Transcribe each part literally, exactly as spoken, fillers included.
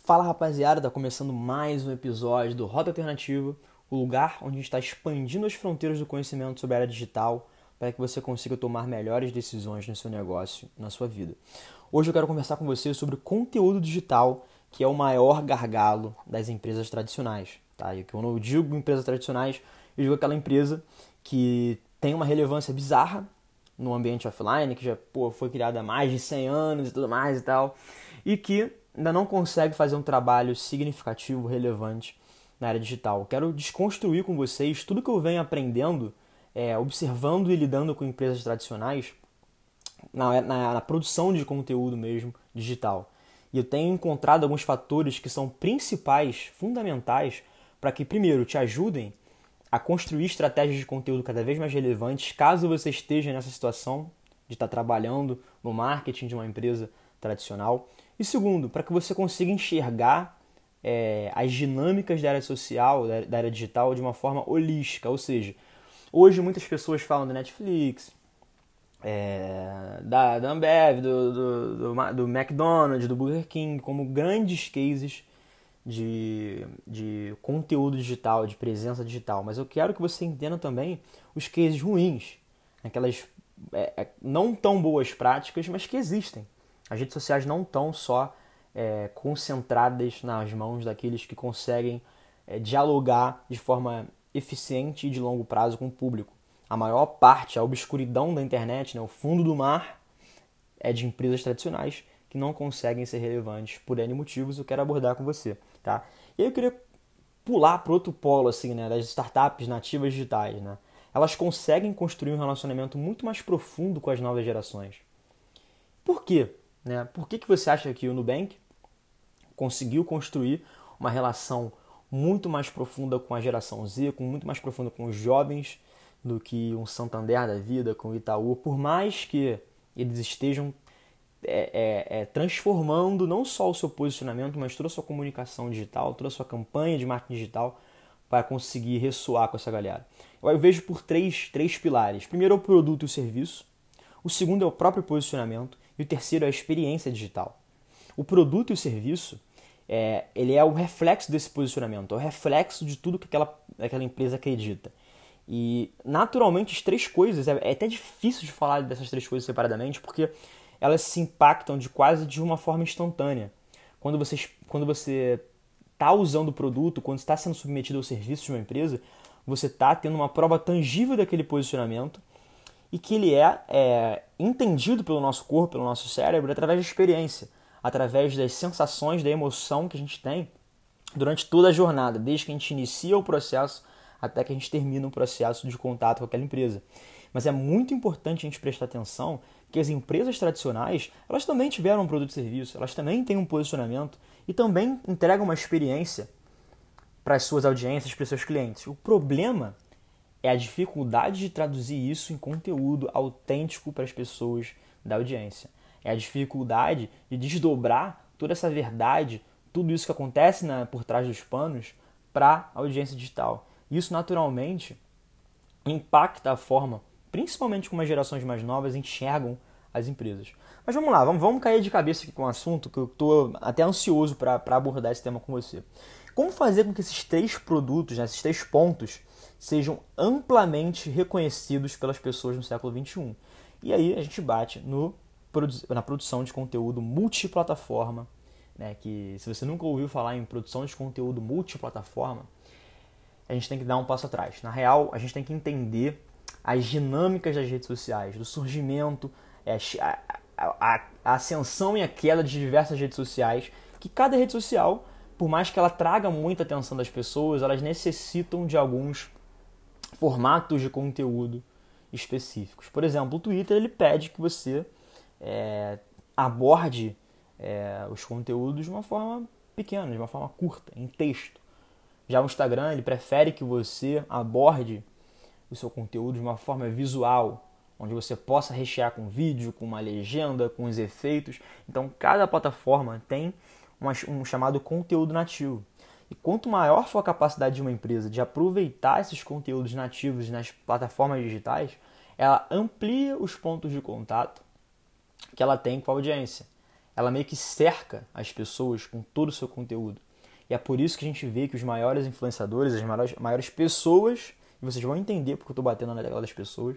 Fala rapaziada, tá começando mais um episódio do Rota Alternativa, o lugar onde a gente está expandindo as fronteiras do conhecimento sobre a área digital para que você consiga tomar melhores decisões no seu negócio, na sua vida. Hoje eu quero conversar com você sobre conteúdo digital, que é o maior gargalo das empresas tradicionais. Tá? E quando eu digo empresas tradicionais, eu digo aquela empresa que tem uma relevância bizarra no ambiente offline, que já pô, foi criada há mais de cem anos e tudo mais e tal, e que ainda não consegue fazer um trabalho significativo, relevante na área digital. Quero desconstruir com vocês tudo que eu venho aprendendo, é, observando e lidando com empresas tradicionais na, na, na produção de conteúdo mesmo digital. E eu tenho encontrado alguns fatores que são principais, fundamentais, para que, primeiro, te ajudem a construir estratégias de conteúdo cada vez mais relevantes, caso você esteja nessa situação de estar trabalhando no marketing de uma empresa tradicional. E segundo, para que você consiga enxergar é, as dinâmicas da área social, da, da área digital, de uma forma holística. Ou seja, hoje muitas pessoas falam do Netflix, é, da, da Ambev, do, do, do, do McDonald's, do Burger King, como grandes cases de, de conteúdo digital, de presença digital. Mas eu quero que você entenda também os cases ruins, aquelas é, não tão boas práticas, mas que existem. As redes sociais não estão só é, concentradas nas mãos daqueles que conseguem é, dialogar de forma eficiente e de longo prazo com o público. A maior parte, a obscuridão da internet, né, o fundo do mar, é de empresas tradicionais que não conseguem ser relevantes por N motivos. Eu quero abordar com você. Tá? E aí eu queria pular para outro polo assim, né, das startups nativas digitais. Né? Elas conseguem construir um relacionamento muito mais profundo com as novas gerações. Por quê? Né? Por que, que você acha que o Nubank conseguiu construir uma relação muito mais profunda com a geração Z, com muito mais profunda com os jovens do que um Santander da vida, com o Itaú, por mais que eles estejam é, é, é, transformando não só o seu posicionamento, mas toda a sua comunicação digital, toda a sua campanha de marketing digital para conseguir ressoar com essa galera. Eu vejo por três, três pilares. Primeiro é o produto e o serviço. O segundo é o próprio posicionamento. E o terceiro é a experiência digital. O produto e o serviço, é, ele é o reflexo desse posicionamento, é o reflexo de tudo que aquela, aquela empresa acredita. E, naturalmente, as três coisas, é, é até difícil de falar dessas três coisas separadamente, porque elas se impactam de quase de uma forma instantânea. Quando você quando você está usando o produto, quando está sendo submetido ao serviço de uma empresa, você está tendo uma prova tangível daquele posicionamento, e que ele é, é entendido pelo nosso corpo, pelo nosso cérebro, através da experiência, através das sensações, da emoção que a gente tem durante toda a jornada, desde que a gente inicia o processo até que a gente termina o processo de contato com aquela empresa. Mas é muito importante a gente prestar atenção que as empresas tradicionais, elas também tiveram um produto e serviço, elas também têm um posicionamento e também entregam uma experiência para as suas audiências, para os seus clientes. O problema é a dificuldade de traduzir isso em conteúdo autêntico para as pessoas da audiência. É a dificuldade de desdobrar toda essa verdade, tudo isso que acontece na, por trás dos panos, para a audiência digital. Isso, naturalmente, impacta a forma, principalmente como as gerações mais novas enxergam as empresas. Mas vamos lá, vamos, vamos cair de cabeça aqui com um assunto que eu estou até ansioso para abordar esse tema com você. Como fazer com que esses três produtos, né, esses três pontos, sejam amplamente reconhecidos pelas pessoas no século vinte e um. E aí a gente bate no, na produção de conteúdo multiplataforma, né, que se você nunca ouviu falar em produção de conteúdo multiplataforma, a gente tem que dar um passo atrás. Na real, a gente tem que entender as dinâmicas das redes sociais, do surgimento, a, a, a ascensão e a queda de diversas redes sociais, que cada rede social, por mais que ela traga muita atenção das pessoas, elas necessitam de alguns formatos de conteúdo específicos. Por exemplo, o Twitter ele pede que você é, aborde é, os conteúdos de uma forma pequena, de uma forma curta, em texto. Já o Instagram ele prefere que você aborde o seu conteúdo de uma forma visual, onde você possa rechear com vídeo, com uma legenda, com os efeitos. Então, cada plataforma tem uma, um chamado conteúdo nativo. E quanto maior for a capacidade de uma empresa de aproveitar esses conteúdos nativos nas plataformas digitais, ela amplia os pontos de contato que ela tem com a audiência. ela meio que cerca as pessoas com todo o seu conteúdo. E é por isso que a gente vê que os maiores influenciadores, as maiores, maiores pessoas, e vocês vão entender porque eu estou batendo na tecla das pessoas,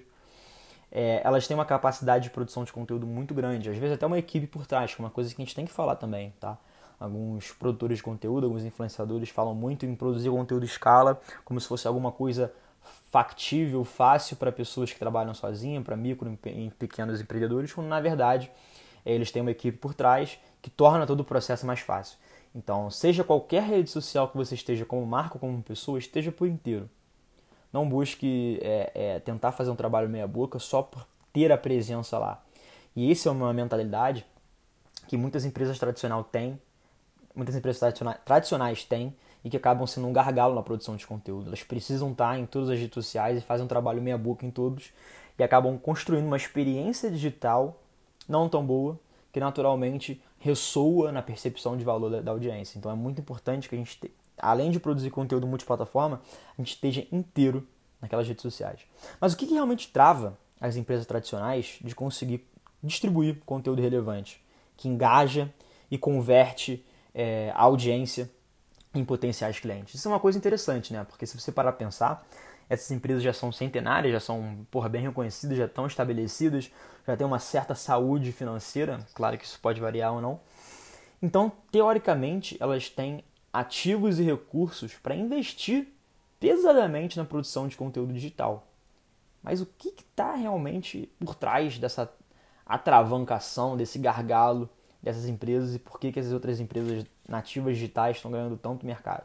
é, elas têm uma capacidade de produção de conteúdo muito grande. Às vezes até uma equipe por trás, que é uma coisa que a gente tem que falar também, tá? Alguns produtores de conteúdo, alguns influenciadores falam muito em produzir conteúdo em escala, como se fosse alguma coisa factível, fácil para pessoas que trabalham sozinhas, para micro e pequenos empreendedores, quando na verdade eles têm uma equipe por trás que torna todo o processo mais fácil. Então, seja qualquer rede social que você esteja como marca ou como pessoa, esteja por inteiro. Não busque é, é, tentar fazer um trabalho meia boca só por ter a presença lá. E essa é uma mentalidade que muitas empresas tradicionais têm, muitas empresas tradicionais, tradicionais têm e que acabam sendo um gargalo na produção de conteúdo. Elas precisam estar em todas as redes sociais e fazem um trabalho meia boca em todos e acabam construindo uma experiência digital não tão boa, que naturalmente ressoa na percepção de valor da, da audiência. Então é muito importante que a gente, te, além de produzir conteúdo multiplataforma, a gente esteja inteiro naquelas redes sociais. Mas o que, que realmente trava as empresas tradicionais de conseguir distribuir conteúdo relevante, que engaja e converte é, a audiência em potenciais clientes? Isso é uma coisa interessante, né? Porque se você parar para pensar, essas empresas já são centenárias, já são porra, bem reconhecidas, já estão estabelecidas, já têm uma certa saúde financeira, claro que isso pode variar ou não. Então, teoricamente, elas têm ativos e recursos para investir pesadamente na produção de conteúdo digital. Mas o que está realmente por trás dessa atravancação, desse gargalo dessas empresas e por que, que essas outras empresas nativas digitais estão ganhando tanto mercado?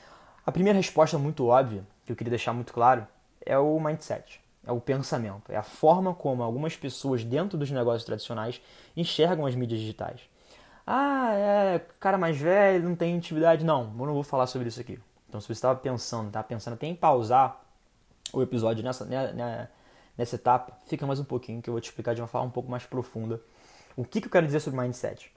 A primeira resposta muito óbvia, que eu queria deixar muito claro, é o mindset, é o pensamento, é a forma como algumas pessoas dentro dos negócios tradicionais enxergam as mídias digitais. Ah, é cara mais velho, não tem intimidade. Não, eu não vou falar sobre isso aqui. Então, se você estava pensando, tá pensando até em pausar o episódio nessa, né, nessa etapa, fica mais um pouquinho que eu vou te explicar de uma forma um pouco mais profunda o que, que eu quero dizer sobre mindset.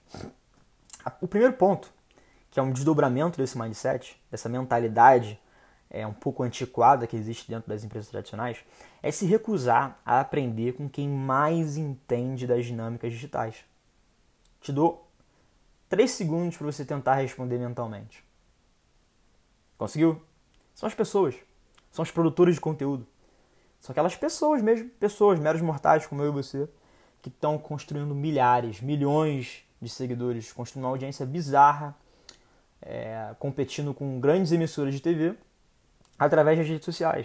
O primeiro ponto, que é um desdobramento desse mindset, dessa mentalidade é, um pouco antiquada que existe dentro das empresas tradicionais, é se recusar a aprender com quem mais entende das dinâmicas digitais. Te dou três segundos para você tentar responder mentalmente. Conseguiu? São as pessoas. São os produtores de conteúdo. São aquelas pessoas mesmo, pessoas, meros mortais como eu e você, que estão construindo milhares, milhões de seguidores, construindo uma audiência bizarra, é, competindo com grandes emissoras de T V através das redes sociais.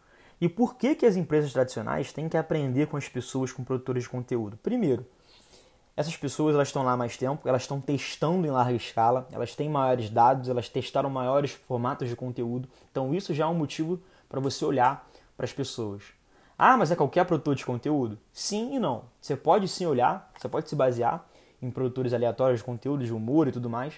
E por que, que as empresas tradicionais têm que aprender com as pessoas, com produtores de conteúdo? Primeiro, essas pessoas elas estão lá há mais tempo, elas estão testando em larga escala, elas têm maiores dados, elas testaram maiores formatos de conteúdo. Então isso já é um motivo para você olhar para as pessoas. Ah, mas é qualquer produtor de conteúdo? Sim e não. Você pode sim olhar, você pode se basear em produtores aleatórios de conteúdo, de humor e tudo mais,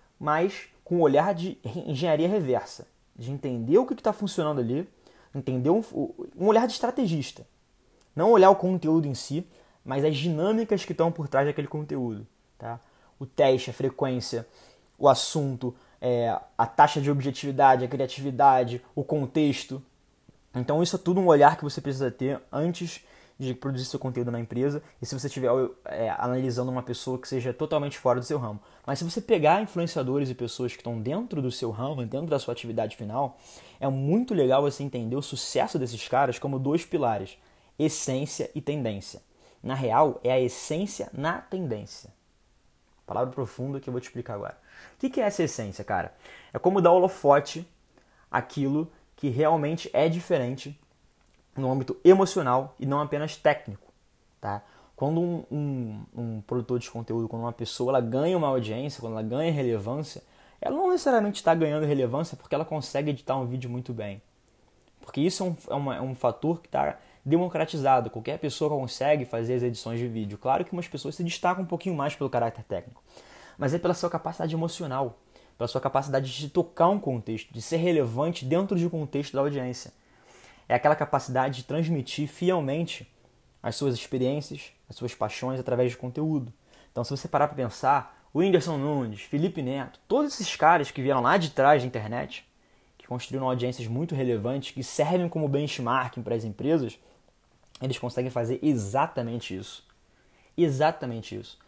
mas com um olhar de engenharia reversa, de entender o que está funcionando ali, entender um, um olhar de estrategista. Não olhar o conteúdo em si, mas as dinâmicas que estão por trás daquele conteúdo. Tá? O teste, a frequência, o assunto, é, a taxa de objetividade, a criatividade, o contexto. Então isso é tudo um olhar que você precisa ter antes de produzir seu conteúdo na empresa e se você estiver é, analisando uma pessoa que seja totalmente fora do seu ramo. Mas se você pegar influenciadores e pessoas que estão dentro do seu ramo, dentro da sua atividade final, é muito legal você entender o sucesso desses caras como dois pilares, essência e tendência. Na real, é a essência na tendência. Palavra profunda que eu vou te explicar agora. O que é essa essência, cara? É como dar holofote àquilo que realmente é diferente no âmbito emocional e não apenas técnico, tá? Quando um, um, um produtor de conteúdo, quando uma pessoa ela ganha uma audiência, quando ela ganha relevância, ela não necessariamente está ganhando relevância porque ela consegue editar um vídeo muito bem. Porque isso é um, é uma, é um fator que está democratizado. Qualquer pessoa consegue fazer as edições de vídeo. Claro que umas pessoas se destacam um pouquinho mais pelo caráter técnico, mas é pela sua capacidade emocional, pela sua capacidade de tocar um contexto, de ser relevante dentro do contexto da audiência. É aquela capacidade de transmitir fielmente as suas experiências, as suas paixões através de conteúdo. Então, se você parar para pensar, o Whindersson Nunes, Felipe Neto, todos esses caras que vieram lá de trás da internet, que construíram audiências muito relevantes, que servem como benchmarking para as empresas, eles conseguem fazer exatamente isso. Exatamente isso.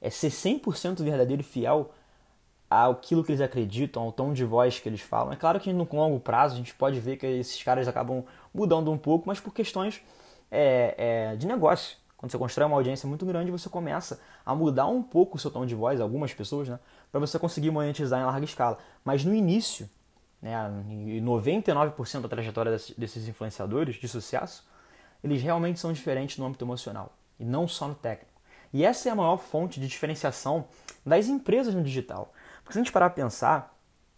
é ser cem por cento verdadeiro e fiel àquilo que eles acreditam, ao tom de voz que eles falam. É claro que no longo prazo a gente pode ver que esses caras acabam mudando um pouco, mas por questões é, é, de negócio. Quando você constrói uma audiência muito grande, você começa a mudar um pouco o seu tom de voz, algumas pessoas, né, para você conseguir monetizar em larga escala. Mas no início, né, noventa e nove por cento da trajetória desses influenciadores de sucesso, eles realmente são diferentes no âmbito emocional, e não só no técnico. E essa é a maior fonte de diferenciação das empresas no digital. Porque se a gente parar para pensar,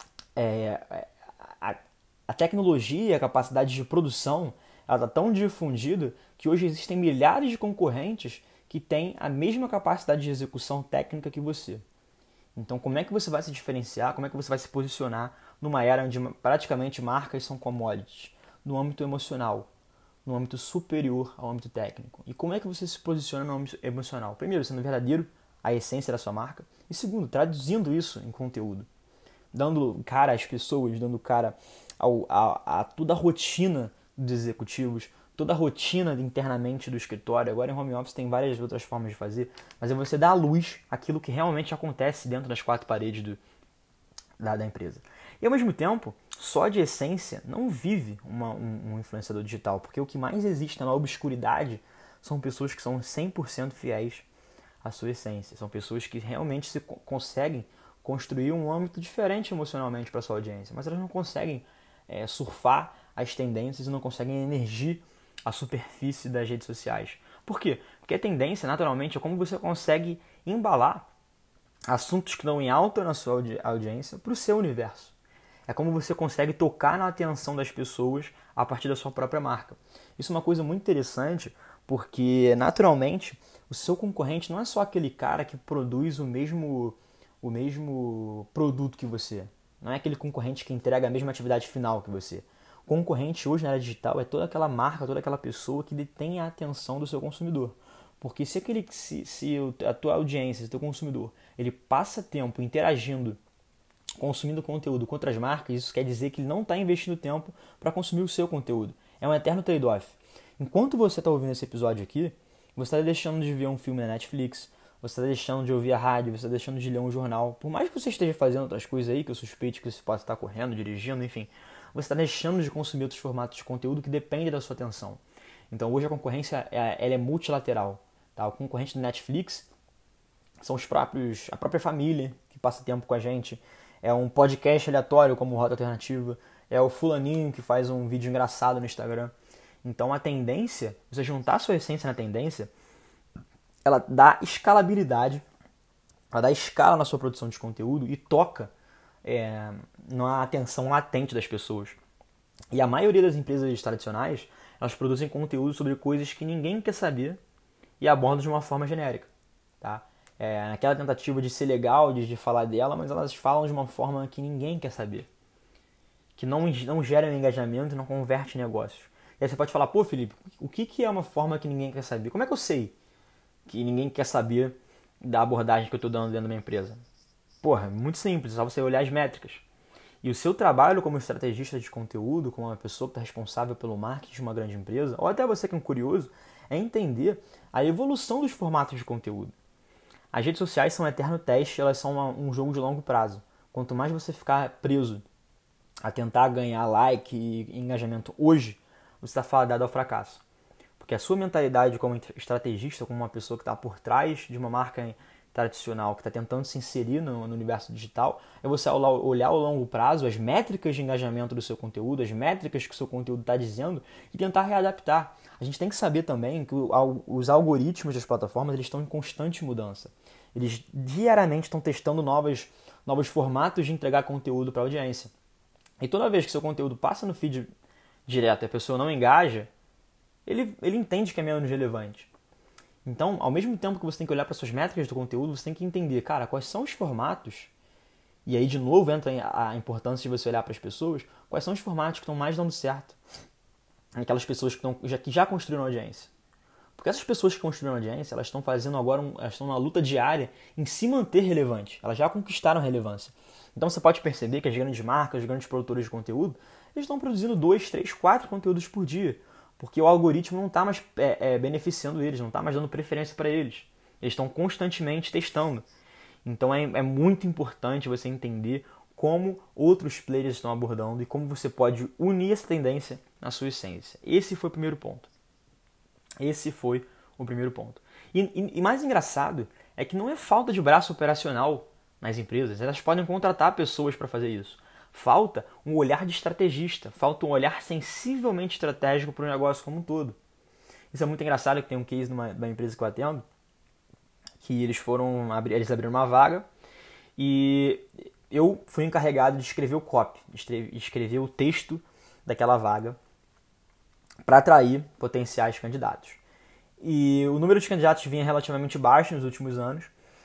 é, a, a tecnologia, a capacidade de produção, ela está tão difundida que hoje existem milhares de concorrentes que têm a mesma capacidade de execução técnica que você. Então, como é que você vai se diferenciar? Como é que você vai se posicionar numa era onde praticamente marcas são commodities? No âmbito emocional, no âmbito superior ao âmbito técnico. E como é que você se posiciona no âmbito emocional? Primeiro, sendo verdadeiro, a essência da sua marca. E segundo, traduzindo isso em conteúdo. Dando cara às pessoas, dando cara ao, a, a toda a rotina dos executivos, toda a rotina internamente do escritório. Agora em home office tem várias outras formas de fazer, mas é você dar à luz aquilo que realmente acontece dentro das quatro paredes do, da, da empresa. E ao mesmo tempo, só de essência não vive uma, um, um influenciador digital, porque o que mais existe na obscuridade são pessoas que são cem por cento fiéis à sua essência. São pessoas que realmente se conseguem construir um âmbito diferente emocionalmente para a sua audiência, mas elas não conseguem é, surfar as tendências e não conseguem emergir a superfície das redes sociais. Por quê? Porque a tendência, naturalmente, é como você consegue embalar assuntos que estão em alta na sua audi- audiência para o seu universo. É como você consegue tocar na atenção das pessoas a partir da sua própria marca. Isso é uma coisa muito interessante, porque, naturalmente, o seu concorrente não é só aquele cara que produz o mesmo, o mesmo produto que você. Não é aquele concorrente que entrega a mesma atividade final que você. O concorrente hoje na área digital é toda aquela marca, toda aquela pessoa que detém a atenção do seu consumidor. Porque se, aquele, se, se a tua audiência, se o teu consumidor, ele passa tempo interagindo, consumindo conteúdo com outras marcas, isso quer dizer que ele não está investindo tempo para consumir o seu conteúdo. É um eterno trade-off. Enquanto você está ouvindo esse episódio aqui, você está deixando de ver um filme na Netflix, você está deixando de ouvir a rádio, você está deixando de ler um jornal. Por mais que você esteja fazendo outras coisas aí, que eu suspeito que você possa estar correndo, dirigindo, enfim, você está deixando de consumir outros formatos de conteúdo que dependem da sua atenção. Então hoje a concorrência ela é multilateral. Tá? O concorrente do Netflix são os próprios, a própria família que passa tempo com a gente. É um podcast aleatório como o Rota Alternativa. É o fulaninho que faz um vídeo engraçado no Instagram. Então a tendência, você juntar a sua essência na tendência, ela dá escalabilidade, ela dá escala na sua produção de conteúdo e toca é, na atenção latente das pessoas. E a maioria das empresas tradicionais, elas produzem conteúdo sobre coisas que ninguém quer saber e abordam de uma forma genérica. Tá? É, naquela tentativa de ser legal, de, de falar dela, mas elas falam de uma forma que ninguém quer saber. Que não, não gera um engajamento e não converte em negócios. E aí você pode falar, pô Felipe, o que, que é uma forma que ninguém quer saber? Como é que eu sei que ninguém quer saber da abordagem que eu estou dando dentro da minha empresa? Porra, muito simples, é só você olhar as métricas. E o seu trabalho como estrategista de conteúdo, como uma pessoa que está responsável pelo marketing de uma grande empresa, ou até você que é um curioso, é entender a evolução dos formatos de conteúdo. As redes sociais são um eterno teste, elas são uma, um jogo de longo prazo. Quanto mais você ficar preso a tentar ganhar like e engajamento hoje, você está fadado ao fracasso. Porque a sua mentalidade como estrategista, como uma pessoa que está por trás de uma marca tradicional, que está tentando se inserir no, no universo digital, é você olhar ao longo prazo as métricas de engajamento do seu conteúdo, as métricas que o seu conteúdo está dizendo e tentar readaptar. A gente tem que saber também que os algoritmos das plataformas eles estão em constante mudança. Eles diariamente estão testando novas, novos formatos de entregar conteúdo para a audiência. E toda vez que seu conteúdo passa no feed direto e a pessoa não engaja, ele, ele entende que é menos relevante. Então, ao mesmo tempo que você tem que olhar para suas métricas do conteúdo, você tem que entender, cara, quais são os formatos, e aí de novo entra a importância de você olhar para as pessoas, quais são os formatos que estão mais dando certo. Aquelas pessoas que, estão, já, que já construíram audiência. Porque essas pessoas que construíram audiência, elas estão fazendo agora, um, elas estão numa luta diária em se manter relevante. Elas já conquistaram relevância. Então você pode perceber que as grandes marcas, os grandes produtores de conteúdo, eles estão produzindo dois, três, quatro conteúdos por dia. Porque o algoritmo não está mais é, é, beneficiando eles, não está mais dando preferência para eles. Eles estão constantemente testando. Então é, é muito importante você entender como outros players estão abordando e como você pode unir essa tendência na sua essência. Esse foi o primeiro ponto. Esse foi o primeiro ponto. E, e, e mais engraçado é que não é falta de braço operacional nas empresas. Elas podem contratar pessoas para fazer isso. Falta um olhar de estrategista. Falta um olhar sensivelmente estratégico para o negócio como um todo. Isso é muito engraçado, que tem um case numa, numa empresa que eu atendo, que eles foram eles abriram uma vaga e eu fui encarregado de escrever o copy, de escrever o texto daquela vaga para atrair potenciais candidatos. E o número de candidatos vinha relativamente baixo nos últimos anos.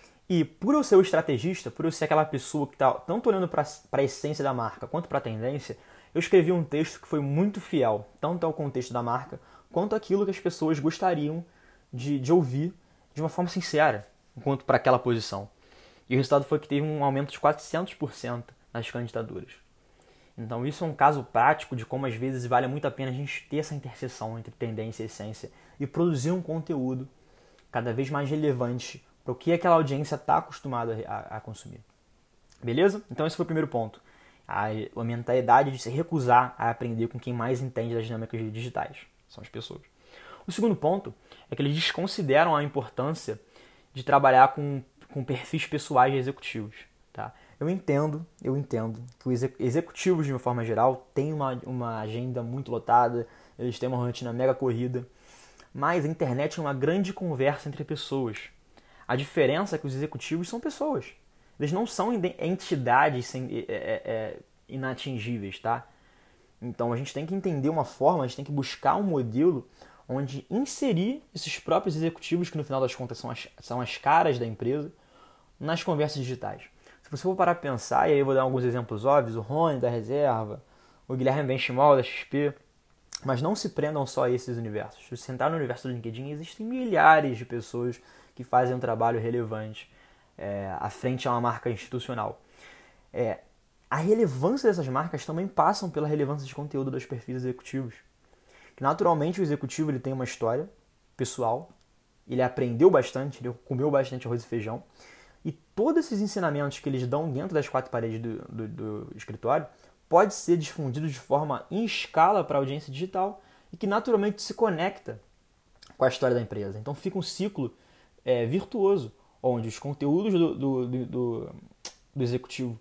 E por eu ser o estrategista, por eu ser aquela pessoa que está tanto olhando para a essência da marca quanto para a tendência, eu escrevi um texto que foi muito fiel, tanto ao contexto da marca, quanto àquilo que as pessoas gostariam de, de ouvir de uma forma sincera, quanto para aquela posição. E o resultado foi que teve um aumento de quatrocentos por cento nas candidaturas. Então isso é um caso prático de como às vezes vale muito a pena a gente ter essa interseção entre tendência e essência e produzir um conteúdo cada vez mais relevante para o que aquela audiência está acostumada a, a consumir. Beleza? Então esse foi o primeiro ponto. A, a mentalidade de se recusar a aprender com quem mais entende das dinâmicas digitais. São as pessoas. O segundo ponto é que eles desconsideram a importância de trabalhar com, com perfis pessoais de executivos. Tá? Eu entendo, eu entendo que os executivos, de uma forma geral, têm uma, uma agenda muito lotada, eles têm uma rotina mega corrida, mas a internet é uma grande conversa entre pessoas. A diferença é que os executivos são pessoas. Eles não são entidades sem, é, é, é, inatingíveis, tá? Então a gente tem que entender uma forma, a gente tem que buscar um modelo onde inserir esses próprios executivos, que no final das contas são as, são as caras da empresa, nas conversas digitais. Se você for parar a pensar, e aí eu vou dar alguns exemplos óbvios, o Rony da Reserva, o Guilherme Benchimol da X P, mas não se prendam só a esses universos. Se você entrar no universo do LinkedIn, existem milhares de pessoas que fazem um trabalho relevante é, à frente a uma marca institucional. É, a relevância dessas marcas também passam pela relevância de conteúdo dos perfis executivos. Que naturalmente o executivo ele tem uma história pessoal, ele aprendeu bastante, ele comeu bastante arroz e feijão, e todos esses ensinamentos que eles dão dentro das quatro paredes do, do, do escritório pode ser difundido de forma em escala para a audiência digital e que naturalmente se conecta com a história da empresa. Então fica um ciclo é, virtuoso, onde os conteúdos do, do, do, do, do executivo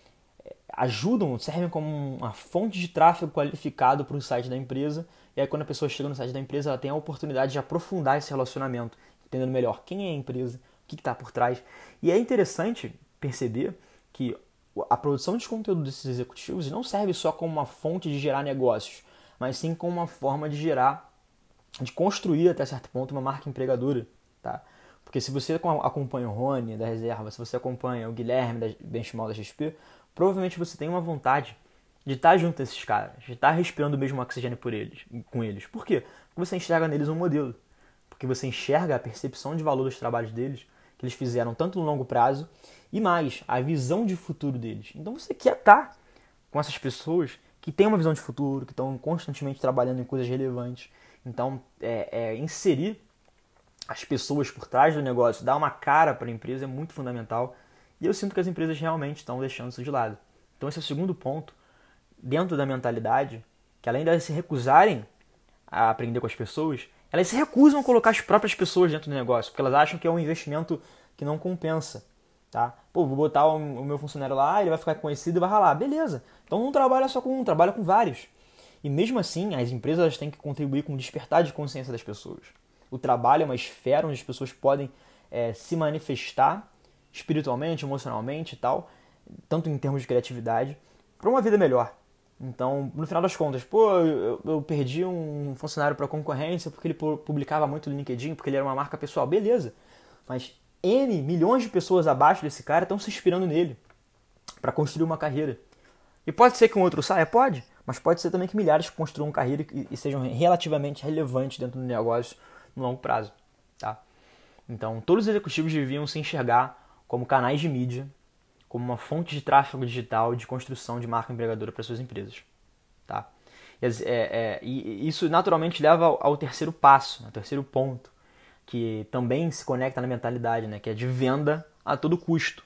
ajudam, servem como uma fonte de tráfego qualificado para o site da empresa, e aí quando a pessoa chega no site da empresa, ela tem a oportunidade de aprofundar esse relacionamento, entendendo melhor quem é a empresa, o que está por trás. E é interessante perceber que a produção de conteúdo desses executivos não serve só como uma fonte de gerar negócios, mas sim como uma forma de gerar, de construir até certo ponto uma marca empregadora, tá? Porque se você acompanha o Rony da Reserva, se você acompanha o Guilherme da Benchimol da X P, provavelmente você tem uma vontade de estar junto a esses caras, de estar respirando o mesmo oxigênio por eles, com eles. Por quê? Porque você enxerga neles um modelo. Porque você enxerga a percepção de valor dos trabalhos deles, que eles fizeram tanto no longo prazo, e mais, a visão de futuro deles. Então você quer estar com essas pessoas que têm uma visão de futuro, que estão constantemente trabalhando em coisas relevantes. Então, é, é, inserir as pessoas por trás do negócio, dar uma cara para a empresa é muito fundamental. E eu sinto que as empresas realmente estão deixando isso de lado. Então esse é o segundo ponto, dentro da mentalidade, que além de elas se recusarem a aprender com as pessoas, elas se recusam a colocar as próprias pessoas dentro do negócio, porque elas acham que é um investimento que não compensa. Tá? Pô, vou botar o meu funcionário lá, ele vai ficar conhecido e vai ralar. Beleza, então não trabalha só com um, trabalha com vários. E mesmo assim, as empresas têm que contribuir com o despertar de consciência das pessoas. O trabalho é uma esfera onde as pessoas podem é, se manifestar espiritualmente, emocionalmente e tal, tanto em termos de criatividade, para uma vida melhor. Então, no final das contas, pô, eu, eu perdi um funcionário para concorrência porque ele publicava muito no LinkedIn, porque ele era uma marca pessoal. Beleza, mas N, milhões de pessoas abaixo desse cara estão se inspirando nele para construir uma carreira. E pode ser que um outro saia? Pode, mas pode ser também que milhares construam carreira e, e sejam relativamente relevantes dentro do negócio no longo prazo. Tá? Então, todos os executivos deviam se enxergar como canais de mídia, como uma fonte de tráfego digital de construção de marca empregadora para suas empresas. Tá? E, é, é, e isso naturalmente leva ao, ao terceiro passo, ao terceiro ponto, que também se conecta na mentalidade, né? Que é de venda a todo custo.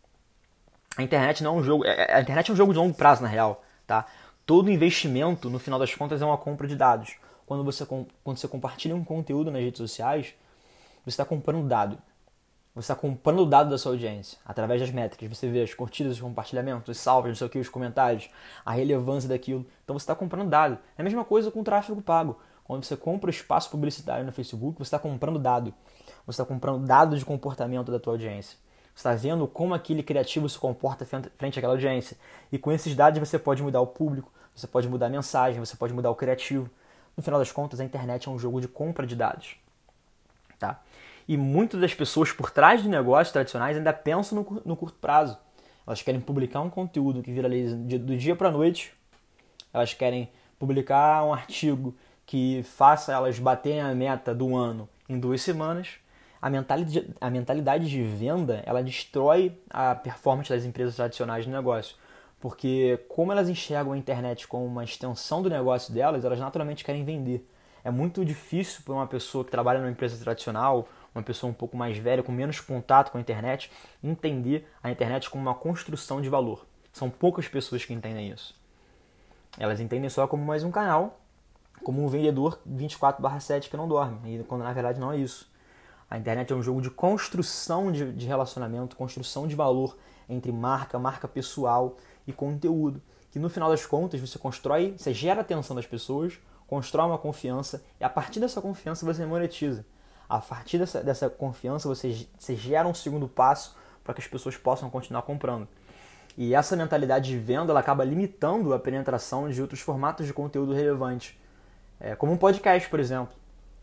A internet não é um jogo... A internet é um jogo de longo prazo, na real, tá? Todo investimento, no final das contas, é uma compra de dados. Quando você, quando você compartilha um conteúdo nas redes sociais, você está comprando dado. Você está comprando o dado da sua audiência, através das métricas. Você vê as curtidas, os compartilhamentos, os salvos, não sei o que, os comentários, a relevância daquilo. Então você está comprando dado. É a mesma coisa com o tráfego pago. Quando você compra o espaço publicitário no Facebook, você está comprando dado. Você está comprando dados de comportamento da tua audiência. Você está vendo como aquele criativo se comporta frente àquela audiência. E com esses dados você pode mudar o público, você pode mudar a mensagem, você pode mudar o criativo. No final das contas, a internet é um jogo de compra de dados. Tá? E muitas das pessoas por trás do negócio tradicionais ainda pensam no, no curto prazo. Elas querem publicar um conteúdo que viraliza do dia para a noite. Elas querem publicar um artigo que faça elas baterem a meta do ano em duas semanas. A mentalidade, a mentalidade de venda, ela destrói a performance das empresas tradicionais do negócio. Porque como elas enxergam a internet como uma extensão do negócio delas, elas naturalmente querem vender. É muito difícil para uma pessoa que trabalha numa empresa tradicional, uma pessoa um pouco mais velha, com menos contato com a internet, entender a internet como uma construção de valor. São poucas pessoas que entendem isso. Elas entendem só como mais um canal, como um vendedor vinte e quatro barra sete que não dorme, quando na verdade não é isso. A internet é um jogo de construção de, de relacionamento, construção de valor entre marca, marca pessoal e conteúdo. Que no final das contas você constrói, você gera a atenção das pessoas, constrói uma confiança e a partir dessa confiança você monetiza. A partir dessa, dessa confiança você, você gera um segundo passo para que as pessoas possam continuar comprando. E essa mentalidade de venda ela acaba limitando a penetração de outros formatos de conteúdo relevante. É, como um podcast, por exemplo.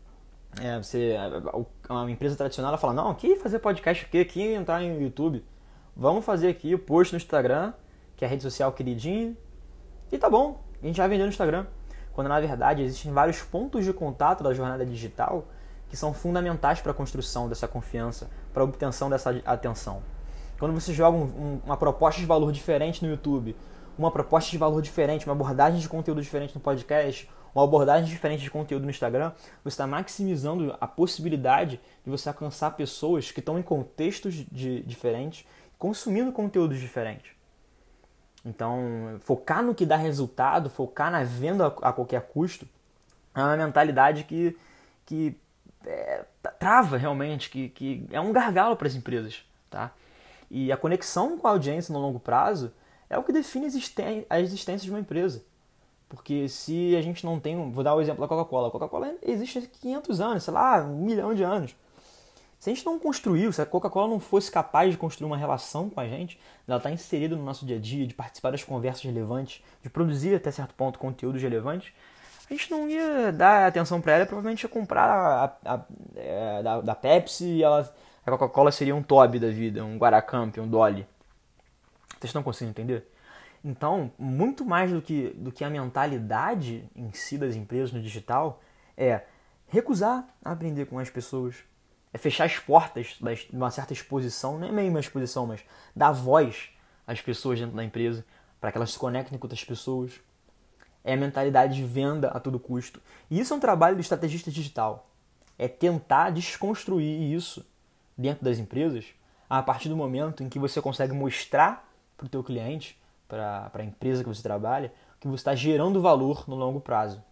É, você, uma empresa tradicional ela fala, não, aqui fazer podcast aqui, aqui entrar no YouTube. Vamos fazer aqui o post no Instagram, que é a rede social queridinha, e tá bom, a gente vai vender no Instagram. Quando na verdade existem vários pontos de contato da jornada digital que são fundamentais para a construção dessa confiança, para a obtenção dessa atenção. Quando você joga um, um, uma proposta de valor diferente no YouTube, uma proposta de valor diferente, uma abordagem de conteúdo diferente no podcast, uma abordagem diferente de conteúdo no Instagram, você está maximizando a possibilidade de você alcançar pessoas que estão em contextos de, diferentes, consumindo conteúdos diferentes. Então, focar no que dá resultado, focar na venda a, a qualquer custo, é uma mentalidade que, que é, trava realmente, que, que é um gargalo para as empresas. Tá? E a conexão com a audiência no longo prazo é o que define a existência de uma empresa. Porque se a gente não tem... Vou dar o exemplo da Coca-Cola. A Coca-Cola existe há quinhentos anos, sei lá, um milhão de anos. Se a gente não construiu, se a Coca-Cola não fosse capaz de construir uma relação com a gente, ela estar inserida no nosso dia a dia, de participar das conversas relevantes, de produzir até certo ponto conteúdos relevantes, a gente não ia dar atenção para ela e provavelmente ia comprar a, a, a, a, da, da Pepsi e ela, a Coca-Cola seria um Toby da vida, um Guaracamp, um Dolly. Vocês estão conseguindo entender? Então, muito mais do que, do que a mentalidade em si das empresas no digital, é recusar a aprender com as pessoas, é fechar as portas de uma certa exposição, não é meio uma exposição, mas dar voz às pessoas dentro da empresa, para que elas se conectem com outras pessoas. É a mentalidade de venda a todo custo. E isso é um trabalho do estrategista digital. É tentar desconstruir isso dentro das empresas a partir do momento em que você consegue mostrar para o teu cliente, para a empresa que você trabalha, que você está gerando valor no longo prazo.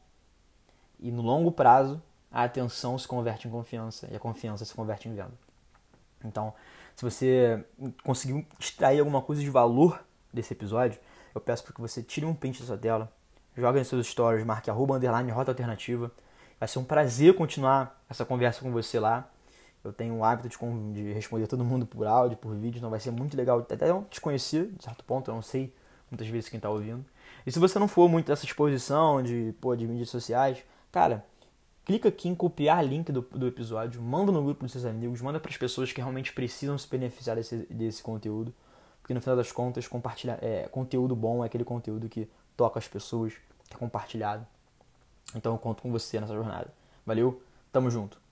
E no longo prazo, a atenção se converte em confiança e a confiança se converte em venda. Então, se você conseguiu extrair alguma coisa de valor desse episódio, eu peço para que você tire um print da sua tela, jogue nos seus stories, marque arroba, underline, rota alternativa. Vai ser um prazer continuar essa conversa com você lá. Eu tenho o hábito de, de responder todo mundo por áudio, por vídeo, então vai ser muito legal até eu te conhecer, de certo ponto, eu não sei muitas vezes quem está ouvindo. E se você não for muito dessa exposição de, pô, de mídias sociais, cara, clica aqui em copiar link do, do episódio, manda no grupo dos seus amigos, manda para as pessoas que realmente precisam se beneficiar desse, desse conteúdo, porque no final das contas, compartilhar, é, conteúdo bom é aquele conteúdo que toca as pessoas, que é compartilhado. Então eu conto com você nessa jornada. Valeu, tamo junto!